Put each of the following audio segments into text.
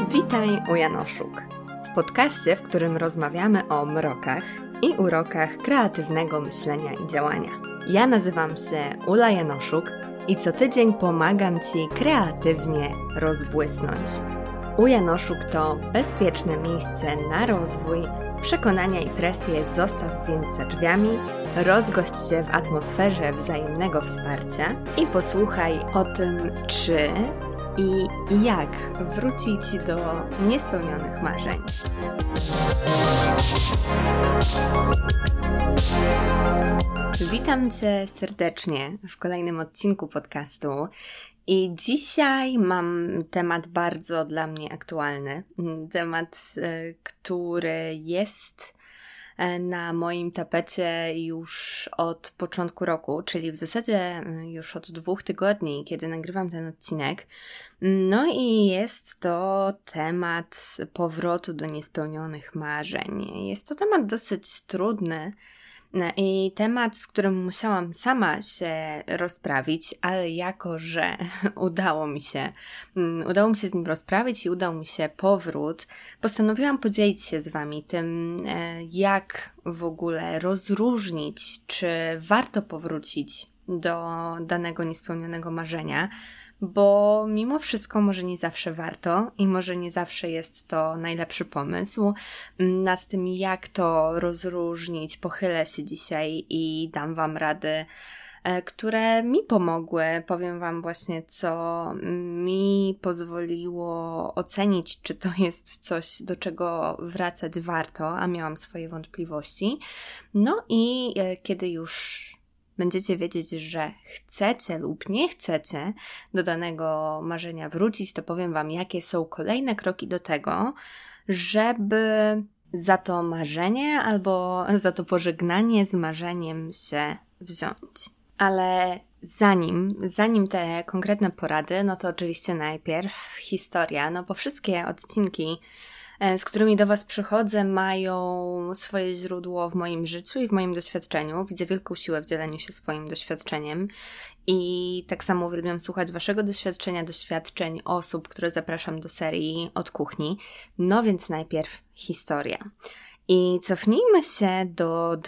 Witaj u Janoszuk, w podcaście, w którym rozmawiamy o mrokach i urokach kreatywnego myślenia i działania. Ja nazywam się Ula Janoszuk i co tydzień pomagam Ci kreatywnie rozbłysnąć. U Janoszuk to bezpieczne miejsce na rozwój, przekonania i presję zostaw więc za drzwiami, rozgość się w atmosferze wzajemnego wsparcia i posłuchaj o tym, czy i jak wrócić do niespełnionych marzeń. Witam Cię serdecznie w kolejnym odcinku podcastu i dzisiaj mam temat bardzo dla mnie aktualny. Temat, który jest na moim tapecie już od początku roku, czyli w zasadzie już od 2 tygodni, kiedy nagrywam ten odcinek. No i jest to temat powrotu do niespełnionych marzeń. Jest to temat dosyć trudny i temat, z którym musiałam sama się rozprawić, ale jako, że udało mi się z nim rozprawić i udał mi się powrót, postanowiłam podzielić się z Wami tym, jak w ogóle rozróżnić, czy warto powrócić do danego niespełnionego marzenia, bo mimo wszystko może nie zawsze warto i może nie zawsze jest to najlepszy pomysł. Nad tym, jak to rozróżnić, pochylę się dzisiaj i dam Wam rady, które mi pomogły. Powiem Wam właśnie, co mi pozwoliło ocenić, czy to jest coś, do czego wracać warto, a miałam swoje wątpliwości. No i kiedy już będziecie wiedzieć, że chcecie lub nie chcecie do danego marzenia wrócić, to powiem Wam, jakie są kolejne kroki do tego, żeby za to marzenie albo za to pożegnanie z marzeniem się wziąć. Ale zanim te konkretne porady, no to oczywiście najpierw historia, no bo wszystkie odcinki, z którymi do Was przychodzę, mają swoje źródło w moim życiu i w moim doświadczeniu. Widzę wielką siłę w dzieleniu się swoim doświadczeniem i tak samo uwielbiam słuchać Waszego doświadczenia, doświadczeń osób, które zapraszam do serii Od Kuchni. No więc najpierw historia. I cofnijmy się do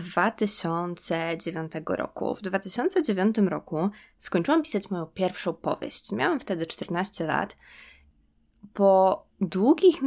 2009 roku. W 2009 roku skończyłam pisać moją pierwszą powieść. Miałam wtedy 14 lat. Po długich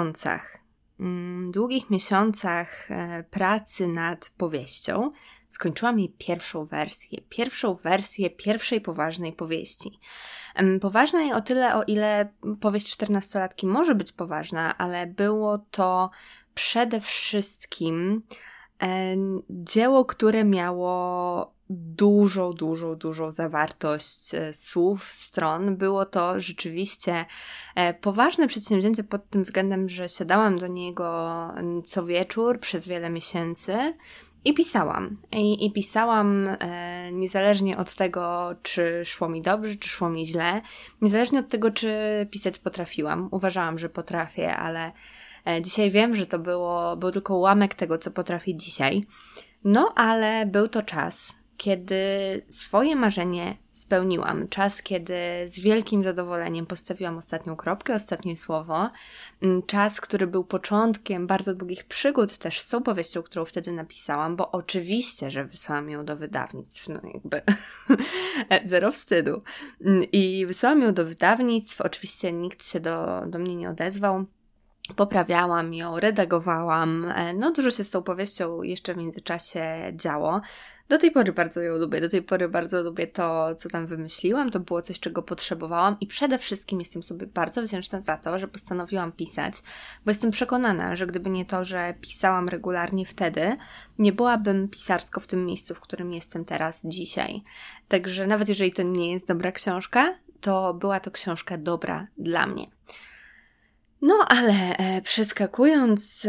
miesiącach pracy nad powieścią skończyłam jej pierwszą wersję pierwszej poważnej powieści. Poważnej o tyle, o ile powieść 14-latki może być poważna, ale było to przede wszystkim dzieło, które miało dużą zawartość słów, stron. Było to rzeczywiście poważne przedsięwzięcie pod tym względem, że siadałam do niego co wieczór przez wiele miesięcy i pisałam. I pisałam niezależnie od tego, czy szło mi dobrze, czy szło mi źle. Niezależnie od tego, czy pisać potrafiłam. Uważałam, że potrafię, ale dzisiaj wiem, że to był tylko ułamek tego, co potrafię dzisiaj. No, ale był to czas, kiedy swoje marzenie spełniłam. Czas, kiedy z wielkim zadowoleniem postawiłam ostatnią kropkę, ostatnie słowo. Czas, który był początkiem bardzo długich przygód też z tą powieścią, którą wtedy napisałam, bo oczywiście, że wysłałam ją do wydawnictw, no jakby zero wstydu. I wysłałam ją do wydawnictw, oczywiście nikt się do mnie nie odezwał. Poprawiałam ją, redagowałam, no dużo się z tą powieścią jeszcze w międzyczasie działo. Do tej pory bardzo ją lubię, bardzo lubię to, co tam wymyśliłam, to było coś, czego potrzebowałam i przede wszystkim jestem sobie bardzo wdzięczna za to, że postanowiłam pisać, bo jestem przekonana, że gdyby nie to, że pisałam regularnie wtedy, nie byłabym pisarsko w tym miejscu, w którym jestem teraz, dzisiaj. Także nawet jeżeli to nie jest dobra książka, to była to książka dobra dla mnie. No ale przeskakując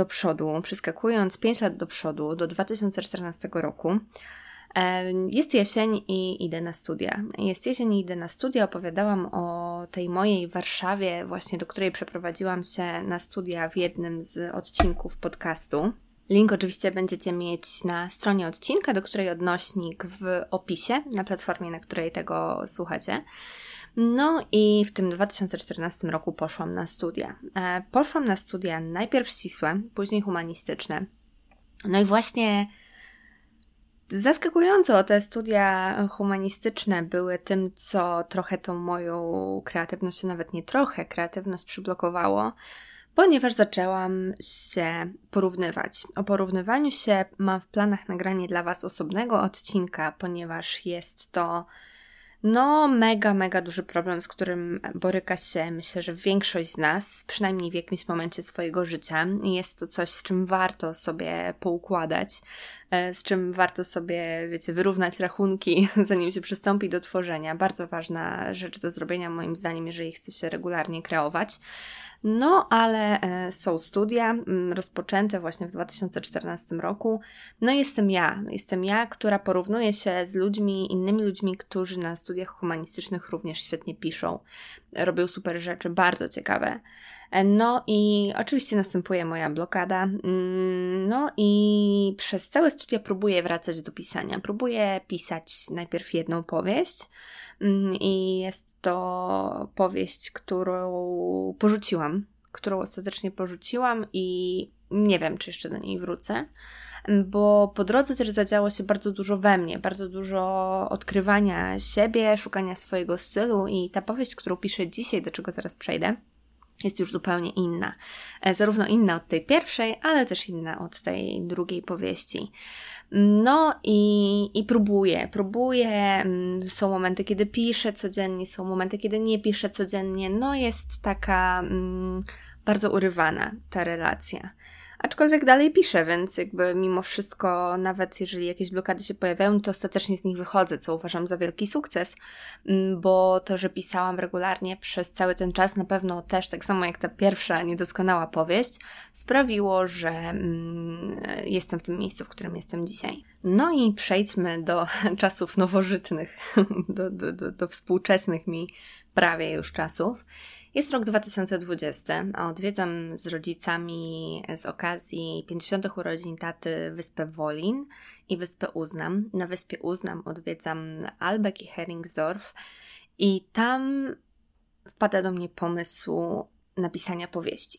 5 lat do przodu, do 2014 roku, jest jesień i idę na studia. Opowiadałam o tej mojej Warszawie, właśnie do której przeprowadziłam się na studia w jednym z odcinków podcastu. Link oczywiście będziecie mieć na stronie odcinka, do której odnośnik w opisie, na platformie, na której tego słuchacie. No i w tym 2014 roku poszłam na studia. Poszłam na studia najpierw ścisłe, później humanistyczne. No i właśnie zaskakująco te studia humanistyczne były tym, co trochę tą moją kreatywność, nawet nie trochę, kreatywność przyblokowało, ponieważ zaczęłam się porównywać. O porównywaniu się mam w planach nagranie dla Was osobnego odcinka, ponieważ jest to mega duży problem, z którym boryka się, myślę, że większość z nas, przynajmniej w jakimś momencie swojego życia. Jest to coś, z czym warto sobie poukładać, z czym warto sobie, wyrównać rachunki, zanim się przystąpi do tworzenia. Bardzo ważna rzecz do zrobienia, moim zdaniem, jeżeli chce się regularnie kreować. No, ale są studia rozpoczęte właśnie w 2014 roku. No i jestem ja, która porównuje się z innymi ludźmi, którzy na studiach humanistycznych również świetnie piszą. Robią super rzeczy, bardzo ciekawe. No i oczywiście następuje moja blokada. No i przez całe studia próbuję wracać do pisania. Próbuję pisać najpierw jedną powieść i jest to powieść, którą ostatecznie porzuciłam i nie wiem, czy jeszcze do niej wrócę, bo po drodze też zadziało się bardzo dużo we mnie, bardzo dużo odkrywania siebie, szukania swojego stylu i ta powieść, którą piszę dzisiaj, do czego zaraz przejdę, jest już zupełnie inna. Zarówno inna od tej pierwszej, ale też inna od tej drugiej powieści. No i próbuję. Są momenty, kiedy piszę codziennie, są momenty, kiedy nie piszę codziennie. No jest taka bardzo urywana ta relacja. Aczkolwiek dalej piszę, więc jakby mimo wszystko, nawet jeżeli jakieś blokady się pojawiają, to ostatecznie z nich wychodzę, co uważam za wielki sukces, bo to, że pisałam regularnie przez cały ten czas, na pewno też, tak samo jak ta pierwsza niedoskonała powieść, sprawiło, że jestem w tym miejscu, w którym jestem dzisiaj. No i przejdźmy do czasów nowożytnych, do współczesnych mi prawie już czasów. Jest rok 2020, a odwiedzam z rodzicami z okazji 50. urodzin taty wyspę Wolin i wyspę Uznam. Na wyspie Uznam odwiedzam Albeck i Heringsdorf i tam wpada do mnie pomysł napisania powieści.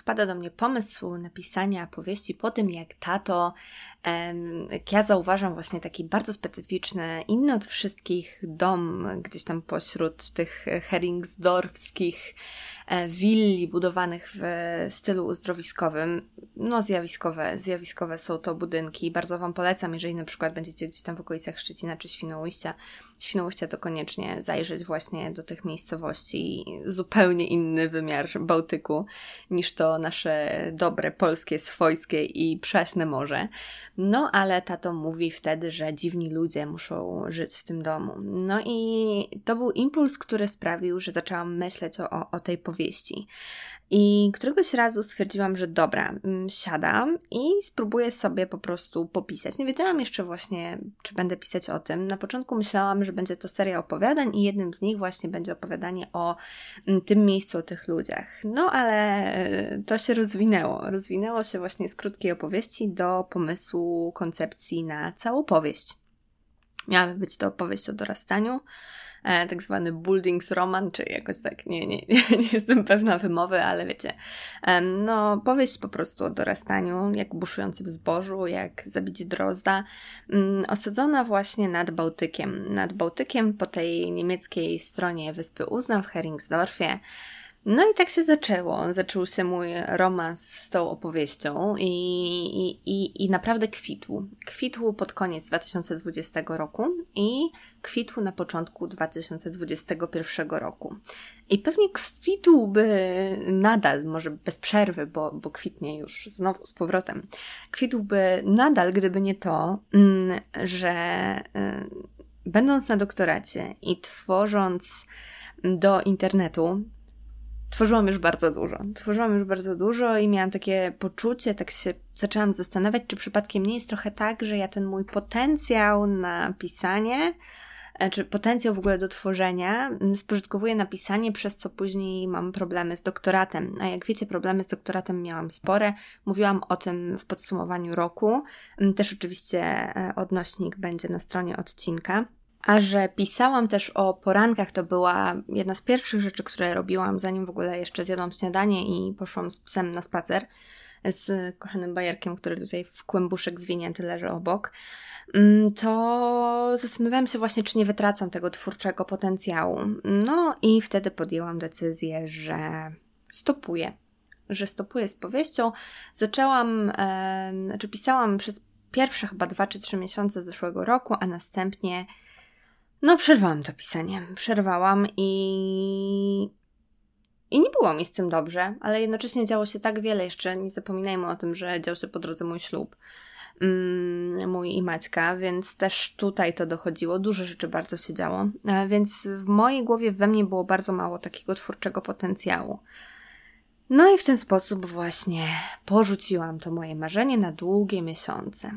Po tym, jak tato, jak ja zauważam właśnie taki bardzo specyficzny, inny od wszystkich dom gdzieś tam pośród tych heringsdorfskich willi budowanych w stylu uzdrowiskowym. No zjawiskowe są to budynki. Bardzo Wam polecam, jeżeli na przykład będziecie gdzieś tam w okolicach Szczecina czy Świnoujścia, to koniecznie zajrzeć właśnie do tych miejscowości. Zupełnie inny wymiar Bałtyku niż to nasze dobre, polskie, swojskie i przaśne morze. No, ale tato mówi wtedy, że dziwni ludzie muszą żyć w tym domu. No i to był impuls, który sprawił, że zaczęłam myśleć o tej powieści. I któregoś razu stwierdziłam, że dobra, siadam i spróbuję sobie po prostu popisać. Nie wiedziałam jeszcze właśnie, czy będę pisać o tym. Na początku myślałam, że będzie to seria opowiadań i jednym z nich właśnie będzie opowiadanie o tym miejscu, o tych ludziach. No, ale to się rozwinęło. Rozwinęło się właśnie z krótkiej opowieści do pomysłu, koncepcji na całą powieść. Miała być to opowieść o dorastaniu, tak zwany Buldingsroman, czy jakoś tak, nie jestem pewna wymowy, ale wiecie, no powieść po prostu o dorastaniu, jak buszujący w zbożu, jak zabić drozda, osadzona właśnie nad Bałtykiem po tej niemieckiej stronie wyspy Uznam w Heringsdorfie. No i tak się zaczęło. Zaczął się mój romans z tą opowieścią i naprawdę kwitł. Kwitł pod koniec 2020 roku i kwitł na początku 2021 roku. I pewnie kwitłby nadal, może bez przerwy, bo kwitnie już znowu z powrotem. Kwitłby nadal, gdyby nie to, że będąc na doktoracie i tworząc do internetu, Tworzyłam już bardzo dużo i miałam takie poczucie, tak się zaczęłam zastanawiać, czy przypadkiem nie jest trochę tak, że ja ten mój potencjał na pisanie czy potencjał w ogóle do tworzenia spożytkowuję na pisanie, przez co później mam problemy z doktoratem. A jak wiecie, problemy z doktoratem miałam spore. Mówiłam o tym w podsumowaniu roku. Też oczywiście odnośnik będzie na stronie odcinka. A że pisałam też o porankach, to była jedna z pierwszych rzeczy, które robiłam, zanim w ogóle jeszcze zjadłam śniadanie i poszłam z psem na spacer z kochanym bajerkiem, który tutaj w kłębuszek zwinięty leży obok, to zastanawiałam się właśnie, czy nie wytracam tego twórczego potencjału. No i wtedy podjęłam decyzję, że stopuję z powieścią. Pisałam przez pierwsze chyba 2 czy 3 miesiące zeszłego roku, a następnie przerwałam to pisanie. I nie było mi z tym dobrze, ale jednocześnie działo się tak wiele. Jeszcze nie zapominajmy o tym, że dział się po drodze mój ślub, mój i Maćka, więc też tutaj to dochodziło. Dużo rzeczy bardzo się działo, więc w mojej głowie we mnie było bardzo mało takiego twórczego potencjału. No i w ten sposób właśnie porzuciłam to moje marzenie na długie miesiące.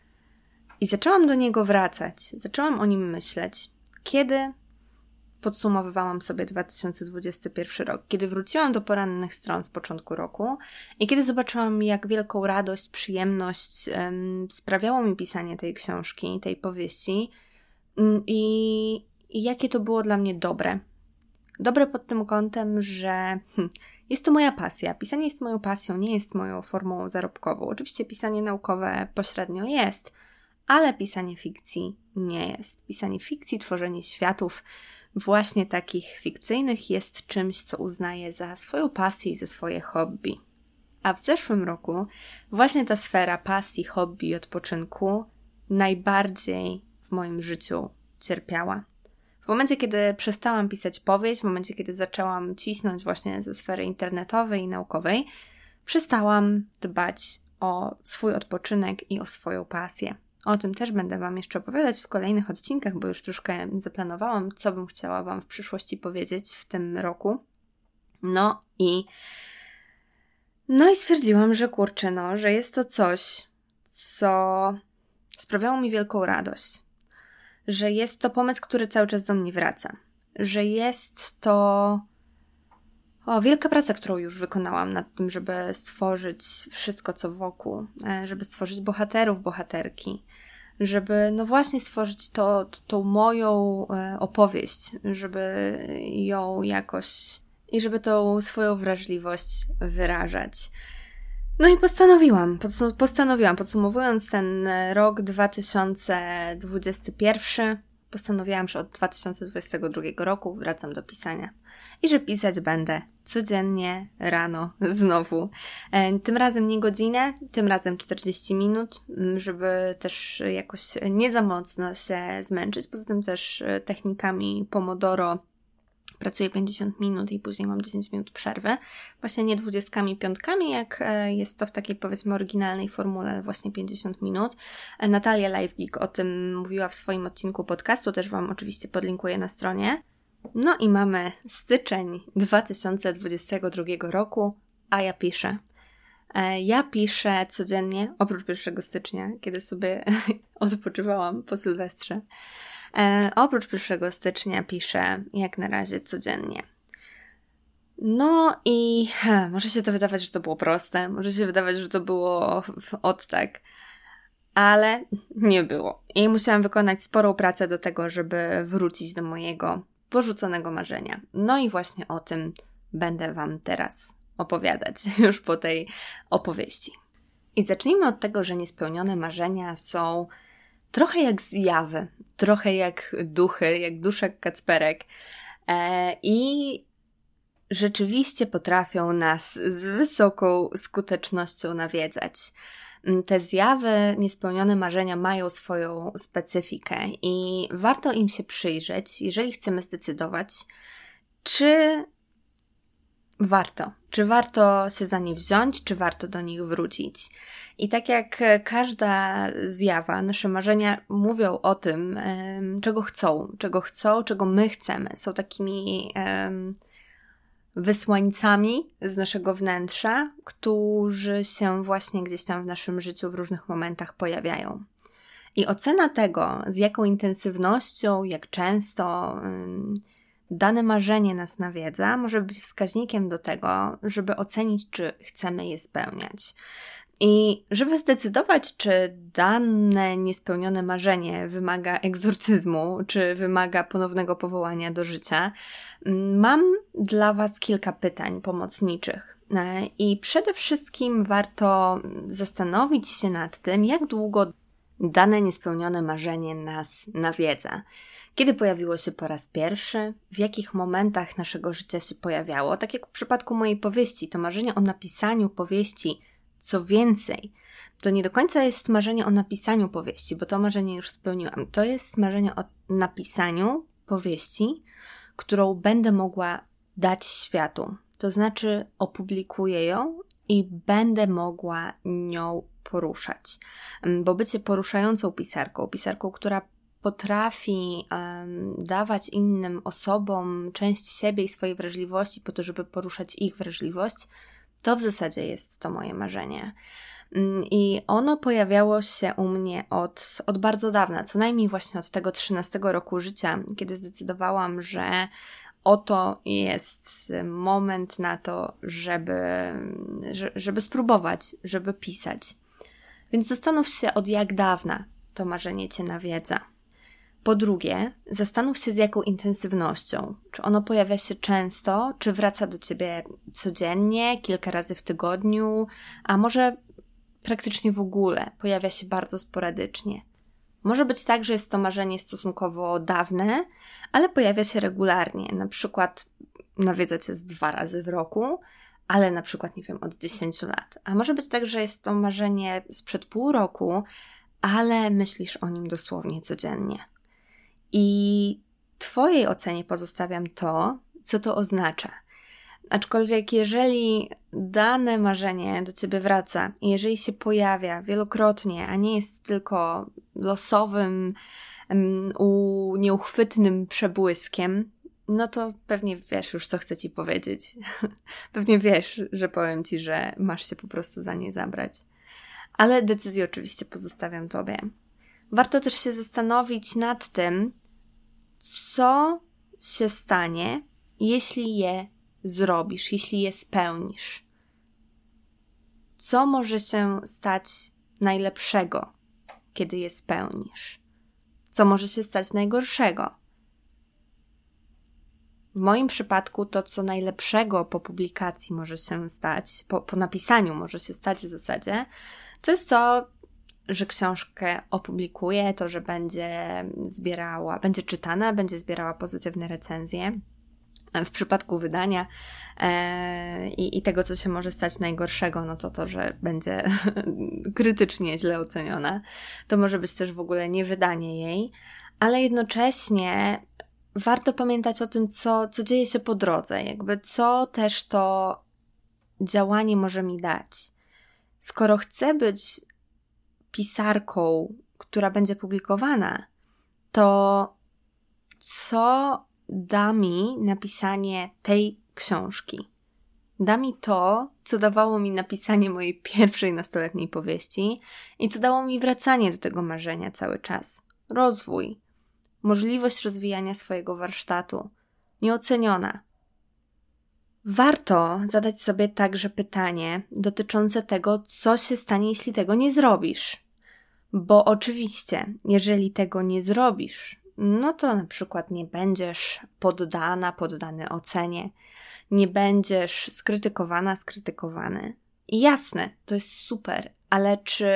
I zaczęłam do niego wracać, zaczęłam o nim myśleć, kiedy podsumowywałam sobie 2021 rok, kiedy wróciłam do porannych stron z początku roku i kiedy zobaczyłam, jak wielką radość, przyjemność sprawiało mi pisanie tej książki, tej powieści i jakie to było dla mnie dobre. Dobre pod tym kątem, że jest to moja pasja. Pisanie jest moją pasją, nie jest moją formą zarobkową. Oczywiście pisanie naukowe pośrednio jest, ale pisanie fikcji nie jest. Pisanie fikcji, tworzenie światów właśnie takich fikcyjnych jest czymś, co uznaję za swoją pasję i za swoje hobby. A w zeszłym roku właśnie ta sfera pasji, hobby i odpoczynku najbardziej w moim życiu cierpiała. W momencie, kiedy przestałam pisać powieść, w momencie, kiedy zaczęłam cisnąć właśnie ze sfery internetowej i naukowej, przestałam dbać o swój odpoczynek i o swoją pasję. O tym też będę Wam jeszcze opowiadać w kolejnych odcinkach, bo już troszkę zaplanowałam, co bym chciała Wam w przyszłości powiedzieć w tym roku. No i stwierdziłam, że że jest to coś, co sprawiało mi wielką radość. Że jest to pomysł, który cały czas do mnie wraca. Że jest to wielka praca, którą już wykonałam nad tym, żeby stworzyć wszystko, co wokół. Żeby stworzyć bohaterów, bohaterki. Żeby właśnie stworzyć tą moją opowieść. Żeby ją jakoś i żeby tą swoją wrażliwość wyrażać. No i postanowiłam, podsumowując ten rok 2021, postanowiłam, że od 2022 roku wracam do pisania i że pisać będę codziennie rano znowu. Tym razem nie godzinę, tym razem 40 minut, żeby też jakoś nie za mocno się zmęczyć. Poza tym też technikami Pomodoro pracuję 50 minut i później mam 10 minut przerwy. Właśnie nie 25, jak jest to w takiej, powiedzmy, oryginalnej formule, ale właśnie 50 minut. Natalia LiveGeek o tym mówiła w swoim odcinku podcastu, też Wam oczywiście podlinkuję na stronie. No i mamy styczeń 2022 roku, a ja piszę. Ja piszę codziennie, oprócz 1 stycznia, kiedy sobie odpoczywałam po Sylwestrze. Oprócz 1 stycznia piszę jak na razie codziennie. No i może się to wydawać, że to było proste, może się wydawać, że to było tak, ale nie było. I musiałam wykonać sporą pracę do tego, żeby wrócić do mojego porzuconego marzenia. No i właśnie o tym będę Wam teraz opowiadać, już po tej opowieści. I zacznijmy od tego, że niespełnione marzenia są trochę jak zjawy, trochę jak duchy, jak duszek Kacperek i rzeczywiście potrafią nas z wysoką skutecznością nawiedzać. Te zjawy, niespełnione marzenia mają swoją specyfikę i warto im się przyjrzeć, jeżeli chcemy zdecydować, czy warto się za nie wziąć, czy warto do nich wrócić. I tak jak każda zjawa, nasze marzenia mówią o tym, czego my chcemy. Są takimi wysłańcami z naszego wnętrza, którzy się właśnie gdzieś tam w naszym życiu w różnych momentach pojawiają. I ocena tego, z jaką intensywnością, jak często dane marzenie nas nawiedza, może być wskaźnikiem do tego, żeby ocenić, czy chcemy je spełniać. I żeby zdecydować, czy dane niespełnione marzenie wymaga egzorcyzmu, czy wymaga ponownego powołania do życia, mam dla Was kilka pytań pomocniczych. I przede wszystkim warto zastanowić się nad tym, jak długo dane niespełnione marzenie nas nawiedza. Kiedy pojawiło się po raz pierwszy? W jakich momentach naszego życia się pojawiało? Tak jak w przypadku mojej powieści, to marzenie o napisaniu powieści. Co więcej, to nie do końca jest marzenie o napisaniu powieści, bo to marzenie już spełniłam. To jest marzenie o napisaniu powieści, którą będę mogła dać światu. To znaczy opublikuję ją i będę mogła nią poruszać. Bo bycie poruszającą pisarką, która potrafi dawać innym osobom część siebie i swojej wrażliwości po to, żeby poruszać ich wrażliwość, to w zasadzie jest to moje marzenie. I ono pojawiało się u mnie od bardzo dawna, co najmniej właśnie od tego 13 roku życia, kiedy zdecydowałam, że oto jest moment na to, żeby spróbować, żeby pisać. Więc zastanów się, od jak dawna to marzenie Cię nawiedza. Po drugie, zastanów się, z jaką intensywnością. Czy ono pojawia się często, czy wraca do Ciebie codziennie, kilka razy w tygodniu, a może praktycznie w ogóle pojawia się bardzo sporadycznie. Może być tak, że jest to marzenie stosunkowo dawne, ale pojawia się regularnie. Na przykład nawiedza Cię z 2 razy w roku, ale na przykład, nie wiem, od 10 lat. A może być tak, że jest to marzenie sprzed pół roku, ale myślisz o nim dosłownie codziennie. I Twojej ocenie pozostawiam to, co to oznacza. Aczkolwiek jeżeli dane marzenie do Ciebie wraca i jeżeli się pojawia wielokrotnie, a nie jest tylko losowym, nieuchwytnym przebłyskiem, no to pewnie wiesz już, co chcę Ci powiedzieć. Pewnie wiesz, że powiem Ci, że masz się po prostu za nie zabrać. Ale decyzję oczywiście pozostawiam Tobie. Warto też się zastanowić nad tym, co się stanie, jeśli je zrobisz, jeśli je spełnisz. Co może się stać najlepszego, kiedy je spełnisz? Co może się stać najgorszego? W moim przypadku to, co najlepszego po publikacji może się stać, po napisaniu może się stać w zasadzie, to jest to, że książkę opublikuję, to, że będzie czytana, będzie zbierała pozytywne recenzje. W przypadku wydania i tego, co się może stać najgorszego, no to, że będzie krytycznie źle oceniona. To może być też w ogóle niewydanie jej, ale jednocześnie warto pamiętać o tym, co dzieje się po drodze, jakby co też to działanie może mi dać. Skoro chcę być pisarką, która będzie publikowana, to co da mi napisanie tej książki? Da mi to, co dawało mi napisanie mojej pierwszej nastoletniej powieści i co dało mi wracanie do tego marzenia cały czas. Rozwój, możliwość rozwijania swojego warsztatu, nieoceniona. Warto zadać sobie także pytanie dotyczące tego, co się stanie, jeśli tego nie zrobisz. Bo oczywiście, jeżeli tego nie zrobisz, no to na przykład nie będziesz poddany ocenie, nie będziesz skrytykowany. I jasne, to jest super, ale czy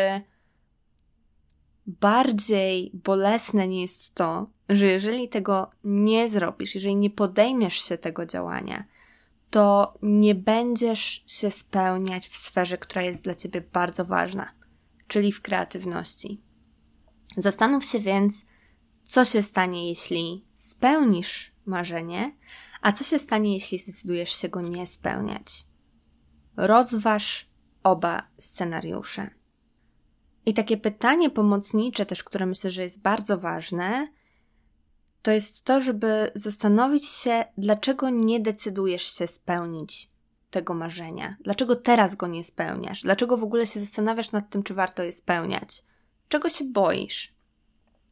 bardziej bolesne nie jest to, że jeżeli tego nie zrobisz, jeżeli nie podejmiesz się tego działania, to nie będziesz się spełniać w sferze, która jest dla Ciebie bardzo ważna, czyli w kreatywności. Zastanów się więc, co się stanie, jeśli spełnisz marzenie, a co się stanie, jeśli zdecydujesz się go nie spełniać. Rozważ oba scenariusze. I takie pytanie pomocnicze też, które myślę, że jest bardzo ważne, to jest to, żeby zastanowić się, dlaczego nie decydujesz się spełnić tego marzenia. Dlaczego teraz go nie spełniasz? Dlaczego w ogóle się zastanawiasz nad tym, czy warto je spełniać? Czego się boisz?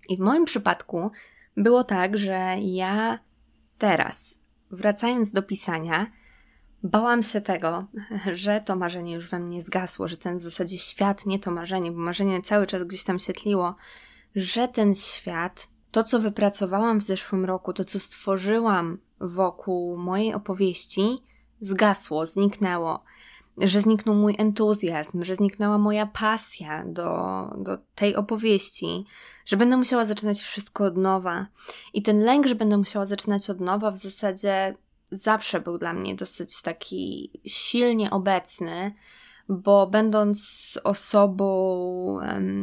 I w moim przypadku było tak, że ja teraz, wracając do pisania, bałam się tego, że to marzenie już we mnie zgasło, że ten w zasadzie świat, nie to marzenie, bo marzenie cały czas gdzieś tam się tliło, że ten świat, to co wypracowałam w zeszłym roku, to co stworzyłam wokół mojej opowieści, zgasło, zniknęło. Że zniknął mój entuzjazm, że zniknęła moja pasja do tej opowieści, że będę musiała zaczynać wszystko od nowa. I ten lęk, że będę musiała zaczynać od nowa, w zasadzie zawsze był dla mnie dosyć taki silnie obecny, bo będąc osobą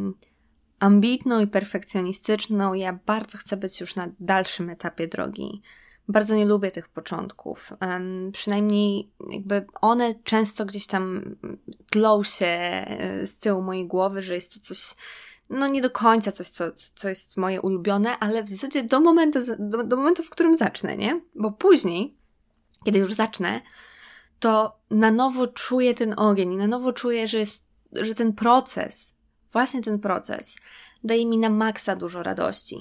ambitną i perfekcjonistyczną, ja bardzo chcę być już na dalszym etapie drogi. Bardzo nie lubię tych początków. Przynajmniej jakby one często gdzieś tam tlą się z tyłu mojej głowy, że jest to coś, no nie do końca coś, co jest moje ulubione, ale w zasadzie do momentu, w którym zacznę, nie? Bo później, kiedy już zacznę, to na nowo czuję ten ogień i na nowo czuję, że ten proces, właśnie ten proces daje mi na maksa dużo radości.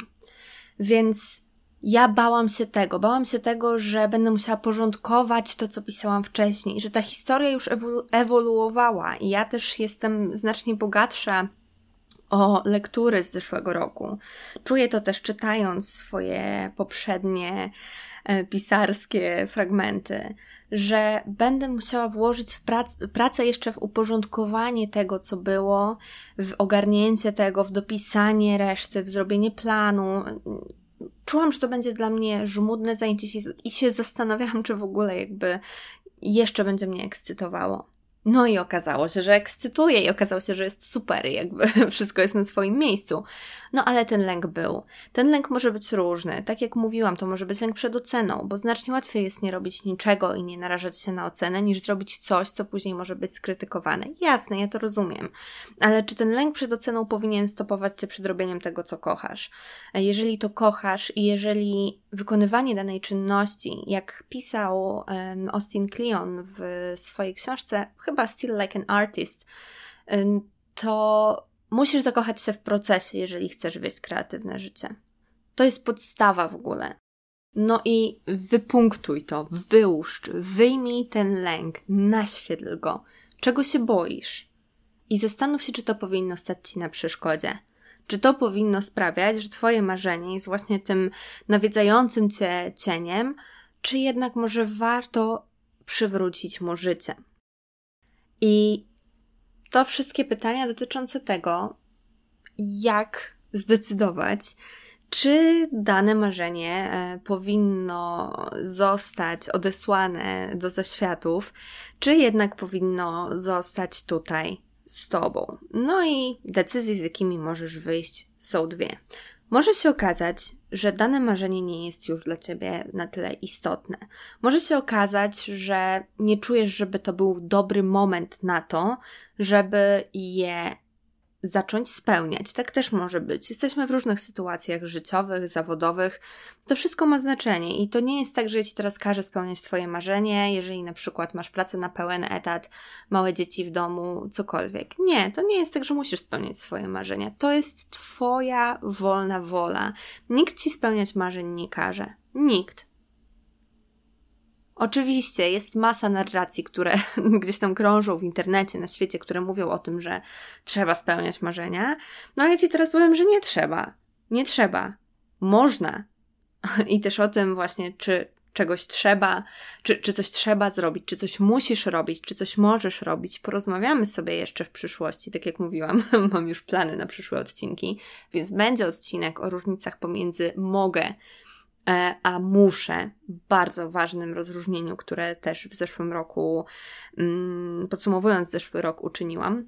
Więc ja bałam się tego, że będę musiała porządkować to, co pisałam wcześniej, że ta historia już ewoluowała i ja też jestem znacznie bogatsza o lektury z zeszłego roku. Czuję to też czytając swoje poprzednie pisarskie fragmenty, że będę musiała włożyć w pracę jeszcze w uporządkowanie tego, co było, w ogarnięcie tego, w dopisanie reszty, w zrobienie planu. Czułam, że to będzie dla mnie żmudne zajęcie i się zastanawiałam, czy w ogóle jakby jeszcze będzie mnie ekscytowało. No i okazało się, że ekscytuje i okazało się, że jest super, jakby wszystko jest na swoim miejscu. No ale ten lęk był. Ten lęk może być różny. Tak jak mówiłam, to może być lęk przed oceną, bo znacznie łatwiej jest nie robić niczego i nie narażać się na ocenę, niż zrobić coś, co później może być skrytykowane. Jasne, ja to rozumiem. Ale czy ten lęk przed oceną powinien stopować Cię przed robieniem tego, co kochasz? Jeżeli to kochasz i jeżeli wykonywanie danej czynności, jak pisał Austin Kleon w swojej książce, chyba Still Like an Artist, to musisz zakochać się w procesie, jeżeli chcesz wieść kreatywne życie. To jest podstawa w ogóle. No i wypunktuj to, wyłuszcz, wyjmij ten lęk, naświetl go. Czego się boisz? I zastanów się, czy to powinno stać Ci na przeszkodzie. Czy to powinno sprawiać, że Twoje marzenie jest właśnie tym nawiedzającym Cię cieniem, czy jednak może warto przywrócić mu życie? I to wszystkie pytania dotyczące tego, jak zdecydować, czy dane marzenie powinno zostać odesłane do zaświatów, czy jednak powinno zostać tutaj z Tobą. No i decyzje, z jakimi możesz wyjść, są dwie. Może się okazać, że dane marzenie nie jest już dla Ciebie na tyle istotne. Może się okazać, że nie czujesz, żeby to był dobry moment na to, żeby je zacząć spełniać. Tak też może być. Jesteśmy w różnych sytuacjach życiowych, zawodowych. To wszystko ma znaczenie i to nie jest tak, że ja Ci teraz każę spełniać Twoje marzenie, jeżeli na przykład masz pracę na pełen etat, małe dzieci w domu, cokolwiek. Nie, to nie jest tak, że musisz spełniać swoje marzenia. To jest Twoja wolna wola. Nikt Ci spełniać marzeń nie każe. Nikt. Oczywiście jest masa narracji, które gdzieś tam krążą w internecie, na świecie, które mówią o tym, że trzeba spełniać marzenia. No ale ja Ci teraz powiem, że nie trzeba. Nie trzeba. Można. I też o tym właśnie, czy czegoś trzeba, czy coś trzeba zrobić, czy coś musisz robić, czy coś możesz robić. Porozmawiamy sobie jeszcze w przyszłości. Tak jak mówiłam, mam już plany na przyszłe odcinki, więc będzie odcinek o różnicach pomiędzy mogę a muszę, bardzo ważnym rozróżnieniu, które też w zeszłym roku, podsumowując zeszły rok, uczyniłam,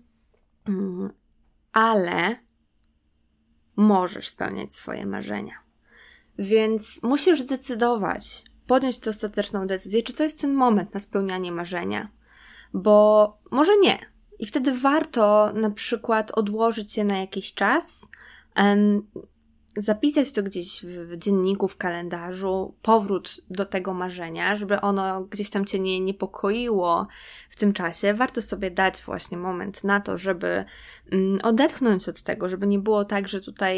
ale możesz spełniać swoje marzenia. Więc musisz zdecydować, podjąć tę ostateczną decyzję, czy to jest ten moment na spełnianie marzenia, bo może nie. I wtedy warto na przykład odłożyć je na jakiś czas, zapisać to gdzieś w dzienniku, w kalendarzu, powrót do tego marzenia, żeby ono gdzieś tam Cię nie niepokoiło w tym czasie. Warto sobie dać właśnie moment na to, żeby odetchnąć od tego, żeby nie było tak, że tutaj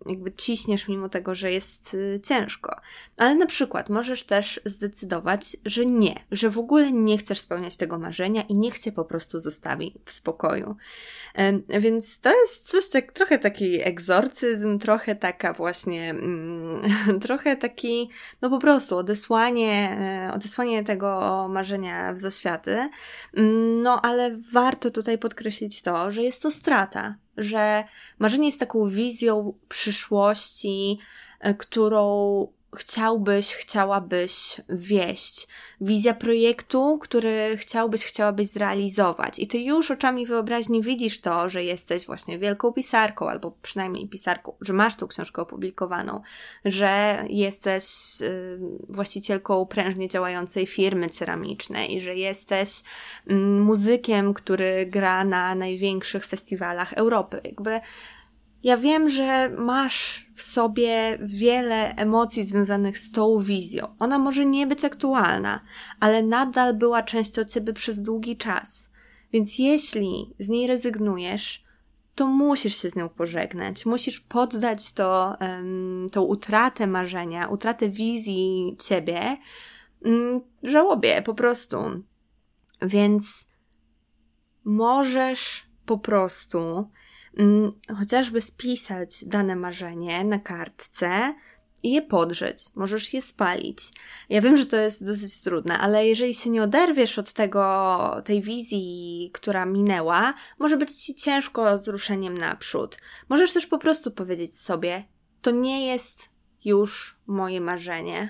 jakby ciśniesz mimo tego, że jest ciężko. Ale na przykład możesz też zdecydować, że nie, że w ogóle nie chcesz spełniać tego marzenia i niech cię po prostu zostawi w spokoju. Więc to jest coś tak, trochę taki egzorcyzm, trochę taka właśnie, trochę taki, no po prostu odesłanie tego marzenia w zaświaty. No ale warto tutaj podkreślić to, że jest to strata, że marzenie jest taką wizją przyszłości, którą chciałabyś wieść. Wizja projektu, który chciałabyś zrealizować. I ty już oczami wyobraźni widzisz to, że jesteś właśnie wielką pisarką, albo przynajmniej pisarką, że masz tą książkę opublikowaną, że jesteś właścicielką prężnie działającej firmy ceramicznej, że jesteś muzykiem, który gra na największych festiwalach Europy. Jakby ja wiem, że masz w sobie wiele emocji związanych z tą wizją. Ona może nie być aktualna, ale nadal była częścią ciebie przez długi czas. Więc jeśli z niej rezygnujesz, to musisz się z nią pożegnać. Musisz poddać tą utratę marzenia, utratę wizji ciebie żałobie po prostu. Więc możesz po prostu chociażby spisać dane marzenie na kartce i je podrzeć. Możesz je spalić. Ja wiem, że to jest dosyć trudne, ale jeżeli się nie oderwiesz od tej wizji, która minęła, może być ci ciężko z ruszeniem naprzód. Możesz też po prostu powiedzieć sobie, to nie jest już moje marzenie.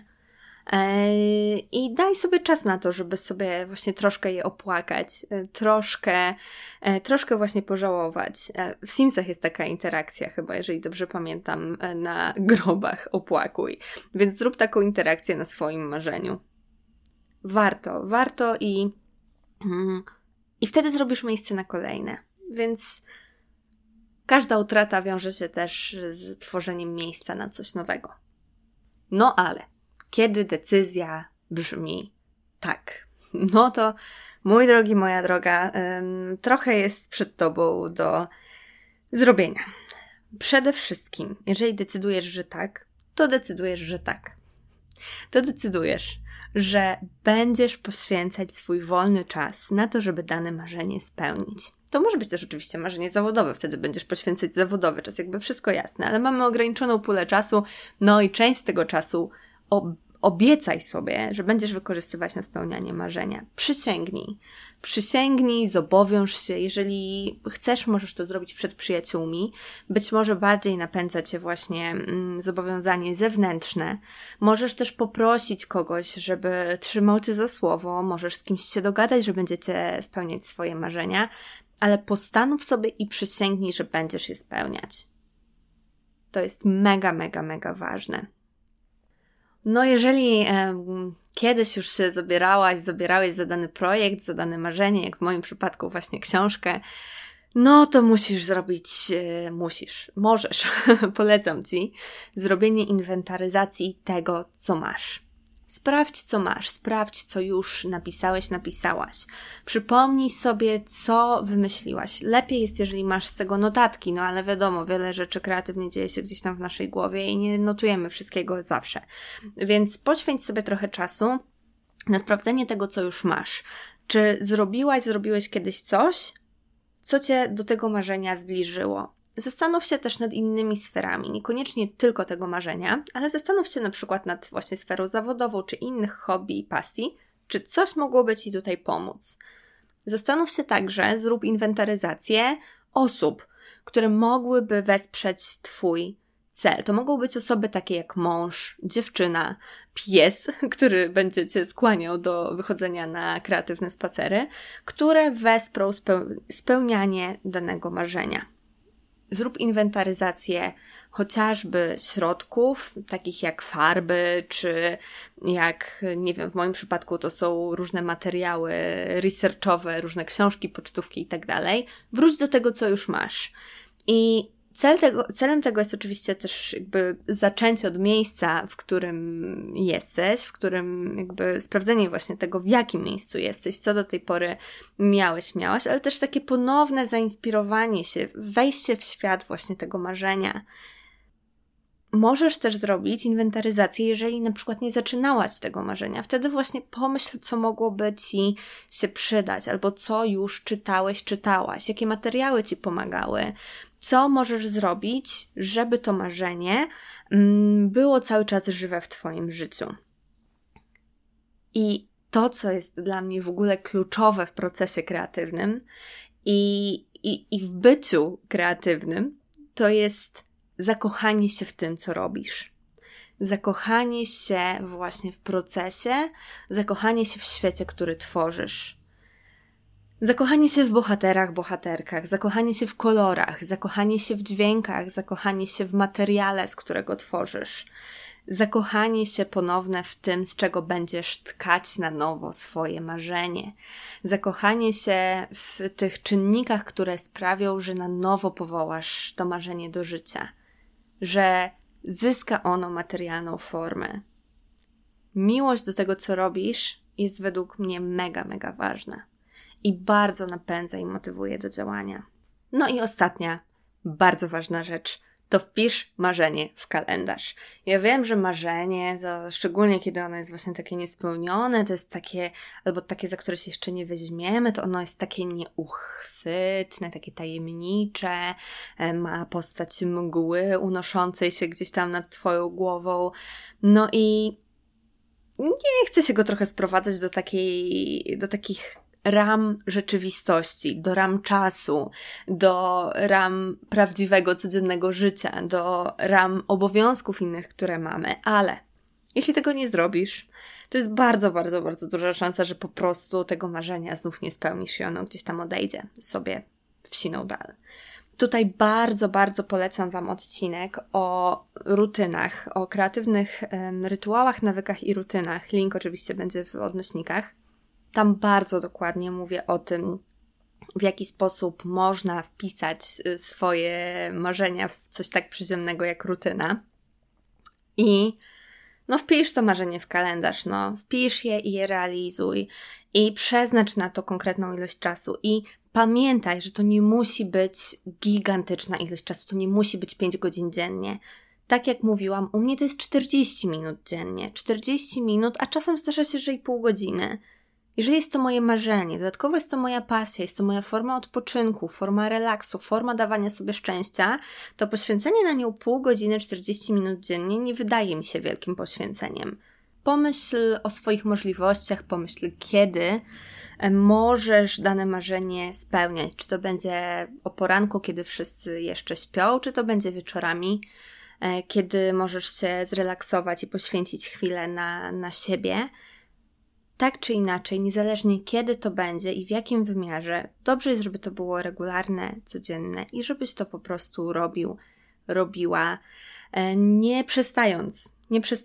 I daj sobie czas na to, żeby sobie właśnie troszkę je opłakać, troszkę właśnie pożałować. W Simsach jest taka interakcja chyba, jeżeli dobrze pamiętam, na grobach opłakuj. Więc zrób taką interakcję na swoim marzeniu. Warto i wtedy zrobisz miejsce na kolejne. Więc każda utrata wiąże się też z tworzeniem miejsca na coś nowego. No ale kiedy decyzja brzmi tak, no to mój drogi, moja droga, trochę jest przed tobą do zrobienia. Przede wszystkim, jeżeli decydujesz, że tak, to decydujesz, że tak. To decydujesz, że będziesz poświęcać swój wolny czas na to, żeby dane marzenie spełnić. To może być też oczywiście marzenie zawodowe, wtedy będziesz poświęcać zawodowy czas, jakby wszystko jasne, ale mamy ograniczoną pulę czasu, no i część z tego czasu obiecaj sobie, że będziesz wykorzystywać na spełnianie marzenia. Przysięgnij, zobowiąż się. Jeżeli chcesz, możesz to zrobić przed przyjaciółmi. Być może bardziej napędza cię właśnie zobowiązanie zewnętrzne. Możesz też poprosić kogoś, żeby trzymał cię za słowo. Możesz z kimś się dogadać, że będziecie spełniać swoje marzenia, ale postanów sobie i przysięgnij, że będziesz je spełniać. To jest mega, mega, mega ważne. No jeżeli kiedyś już się zabierałeś za dany projekt, za dane marzenie, jak w moim przypadku właśnie książkę, no to możesz, polecam ci, zrobienie inwentaryzacji tego, co masz. Sprawdź, co masz, sprawdź, co już napisałaś. Przypomnij sobie, co wymyśliłaś. Lepiej jest, jeżeli masz z tego notatki, no ale wiadomo, wiele rzeczy kreatywnie dzieje się gdzieś tam w naszej głowie i nie notujemy wszystkiego zawsze. Więc poświęć sobie trochę czasu na sprawdzenie tego, co już masz. Czy zrobiłeś kiedyś coś, co cię do tego marzenia zbliżyło? Zastanów się też nad innymi sferami, niekoniecznie tylko tego marzenia, ale zastanów się na przykład nad właśnie sferą zawodową, czy innych hobby i pasji, czy coś mogłoby ci tutaj pomóc. Zastanów się także, zrób inwentaryzację osób, które mogłyby wesprzeć twój cel. To mogą być osoby takie jak mąż, dziewczyna, pies, który będzie cię skłaniał do wychodzenia na kreatywne spacery, które wesprą spełnianie danego marzenia. Zrób inwentaryzację chociażby środków, takich jak farby, czy jak, nie wiem, w moim przypadku to są różne materiały researchowe, różne książki, pocztówki i tak dalej. Wróć do tego, co już masz. I celem tego jest oczywiście też jakby zaczęcie od miejsca, w którym jesteś, w którym jakby sprawdzenie właśnie tego, w jakim miejscu jesteś, co do tej pory miałaś, ale też takie ponowne zainspirowanie się, wejście w świat właśnie tego marzenia. możesz też zrobić inwentaryzację, jeżeli na przykład nie zaczynałaś tego marzenia. Wtedy właśnie pomyśl, co mogłoby Ci się przydać, albo co już czytałaś, jakie materiały Ci pomagały, co możesz zrobić, żeby to marzenie było cały czas żywe w Twoim życiu. I to, co jest dla mnie w ogóle kluczowe w procesie kreatywnym i w byciu kreatywnym, to jest zakochanie się w tym, co robisz. Zakochanie się właśnie w procesie, zakochanie się w świecie, który tworzysz. Zakochanie się w bohaterach, bohaterkach, zakochanie się w kolorach, zakochanie się w dźwiękach, zakochanie się w materiale, z którego tworzysz. Zakochanie się ponowne w tym, z czego będziesz tkać na nowo swoje marzenie. Zakochanie się w tych czynnikach, które sprawią, że na nowo powołasz to marzenie do życia. Że zyska ono materialną formę. Miłość do tego, co robisz, jest według mnie mega, mega ważna. I bardzo napędza i motywuje do działania. No i ostatnia, bardzo ważna rzecz, to wpisz marzenie w kalendarz. Ja wiem, że marzenie, to szczególnie kiedy ono jest właśnie takie niespełnione, to jest takie, albo takie, za które się jeszcze nie weźmiemy, to ono jest takie nieuchwytne, takie tajemnicze, ma postać mgły unoszącej się gdzieś tam nad Twoją głową. No i nie chcę się go trochę sprowadzać do takich ram rzeczywistości, do ram czasu, do ram prawdziwego, codziennego życia, do ram obowiązków innych, które mamy, ale jeśli tego nie zrobisz, to jest bardzo, bardzo, bardzo duża szansa, że po prostu tego marzenia znów nie spełnisz i ono gdzieś tam odejdzie sobie w siną dal. Tutaj bardzo, bardzo polecam Wam odcinek o rutynach, o kreatywnych rytuałach, nawykach i rutynach. Link oczywiście będzie w odnośnikach. Tam bardzo dokładnie mówię o tym, w jaki sposób można wpisać swoje marzenia w coś tak przyziemnego jak rutyna. I wpisz to marzenie w kalendarz, wpisz je i je realizuj i przeznacz na to konkretną ilość czasu i pamiętaj, że to nie musi być gigantyczna ilość czasu, to nie musi być 5 godzin dziennie. Tak jak mówiłam, u mnie to jest 40 minut dziennie, 40 minut, a czasem zdarza się, że i pół godziny. Jeżeli jest to moje marzenie, dodatkowo jest to moja pasja, jest to moja forma odpoczynku, forma relaksu, forma dawania sobie szczęścia, to poświęcenie na nią pół godziny, 40 minut dziennie nie wydaje mi się wielkim poświęceniem. Pomyśl o swoich możliwościach, pomyśl kiedy możesz dane marzenie spełniać. Czy to będzie o poranku, kiedy wszyscy jeszcze śpią, czy to będzie wieczorami, kiedy możesz się zrelaksować i poświęcić chwilę na siebie. Tak czy inaczej, niezależnie kiedy to będzie i w jakim wymiarze, dobrze jest, żeby to było regularne, codzienne i żebyś to po prostu robiła, nie przestając.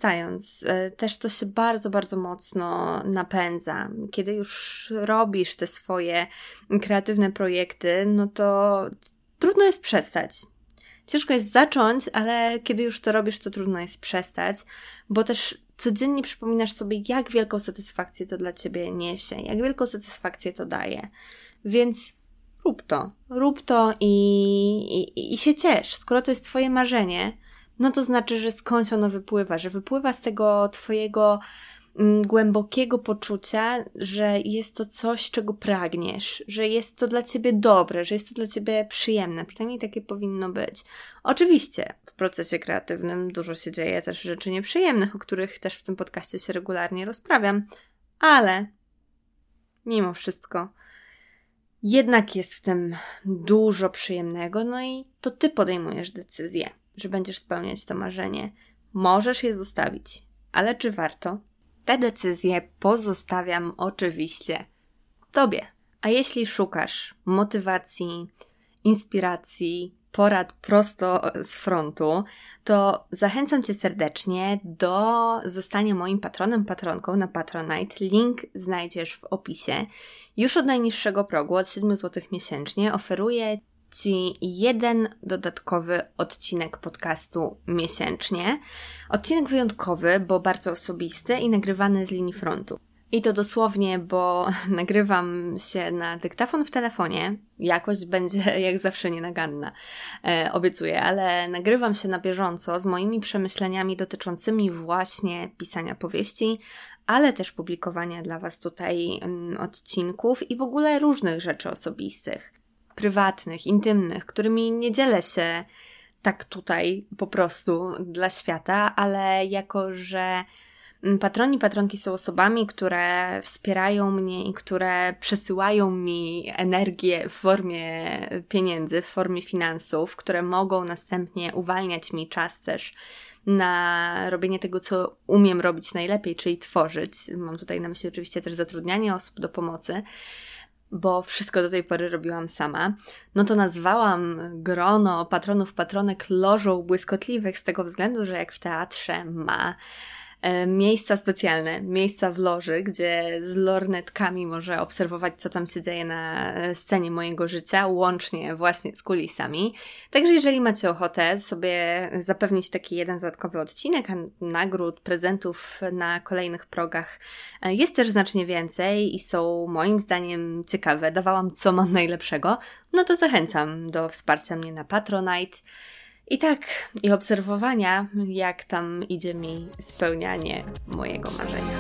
Też to się bardzo, bardzo mocno napędza. Kiedy już robisz te swoje kreatywne projekty, to trudno jest przestać. Ciężko jest zacząć, ale kiedy już to robisz, to trudno jest przestać, bo też codziennie przypominasz sobie, jak wielką satysfakcję to dla Ciebie niesie, jak wielką satysfakcję to daje. Więc rób to i się ciesz. Skoro to jest Twoje marzenie, to znaczy, że skądś ono wypływa, że wypływa z tego Twojego głębokiego poczucia, że jest to coś, czego pragniesz, że jest to dla Ciebie dobre, że jest to dla Ciebie przyjemne. Przynajmniej takie powinno być. Oczywiście w procesie kreatywnym dużo się dzieje też rzeczy nieprzyjemnych, o których też w tym podcaście się regularnie rozprawiam, ale mimo wszystko jednak jest w tym dużo przyjemnego, i to Ty podejmujesz decyzję, że będziesz spełniać to marzenie. Możesz je zostawić, ale czy warto? Te decyzje pozostawiam oczywiście Tobie. A jeśli szukasz motywacji, inspiracji, porad prosto z frontu, to zachęcam Cię serdecznie do zostania moim patronem, patronką na Patronite. Link znajdziesz w opisie. Już od najniższego progu, od 7 zł miesięcznie, oferuję Ci jeden dodatkowy odcinek podcastu miesięcznie. Odcinek wyjątkowy, bo bardzo osobisty i nagrywany z linii frontu. I to dosłownie, bo nagrywam się na dyktafon w telefonie. Jakość będzie jak zawsze nienaganna, obiecuję, ale nagrywam się na bieżąco z moimi przemyśleniami dotyczącymi właśnie pisania powieści, ale też publikowania dla Was tutaj odcinków i w ogóle różnych rzeczy osobistych, prywatnych, intymnych, którymi nie dzielę się tak tutaj po prostu dla świata, ale jako, że patroni, patronki są osobami, które wspierają mnie i które przesyłają mi energię w formie pieniędzy, w formie finansów, które mogą następnie uwalniać mi czas też na robienie tego, co umiem robić najlepiej, czyli tworzyć. Mam tutaj na myśli oczywiście też zatrudnianie osób do pomocy, bo wszystko do tej pory robiłam sama, no to nazwałam grono patronów, patronek lożą błyskotliwych z tego względu, że jak w teatrze ma miejsca specjalne, miejsca w loży, gdzie z lornetkami może obserwować, co tam się dzieje na scenie mojego życia, łącznie właśnie z kulisami. Także jeżeli macie ochotę sobie zapewnić taki jeden dodatkowy odcinek, a nagród, prezentów na kolejnych progach jest też znacznie więcej i są moim zdaniem ciekawe, dawałam co mam najlepszego, no to zachęcam do wsparcia mnie na Patronite. I tak, i obserwowania, jak tam idzie mi spełnianie mojego marzenia.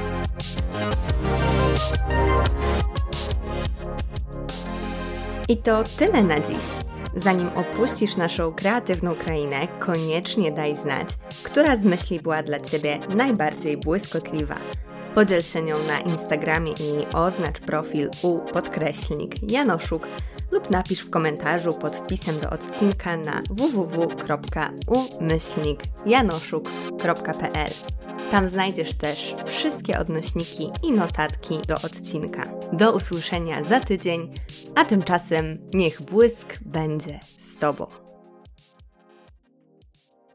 I to tyle na dziś. Zanim opuścisz naszą kreatywną krainę, koniecznie daj znać, która z myśli była dla Ciebie najbardziej błyskotliwa. Podziel się nią na Instagramie i oznacz profil _Janoszuk lub napisz w komentarzu pod wpisem do odcinka na www.u-janoszuk.pl. Tam znajdziesz też wszystkie odnośniki i notatki do odcinka. Do usłyszenia za tydzień, a tymczasem niech błysk będzie z Tobą.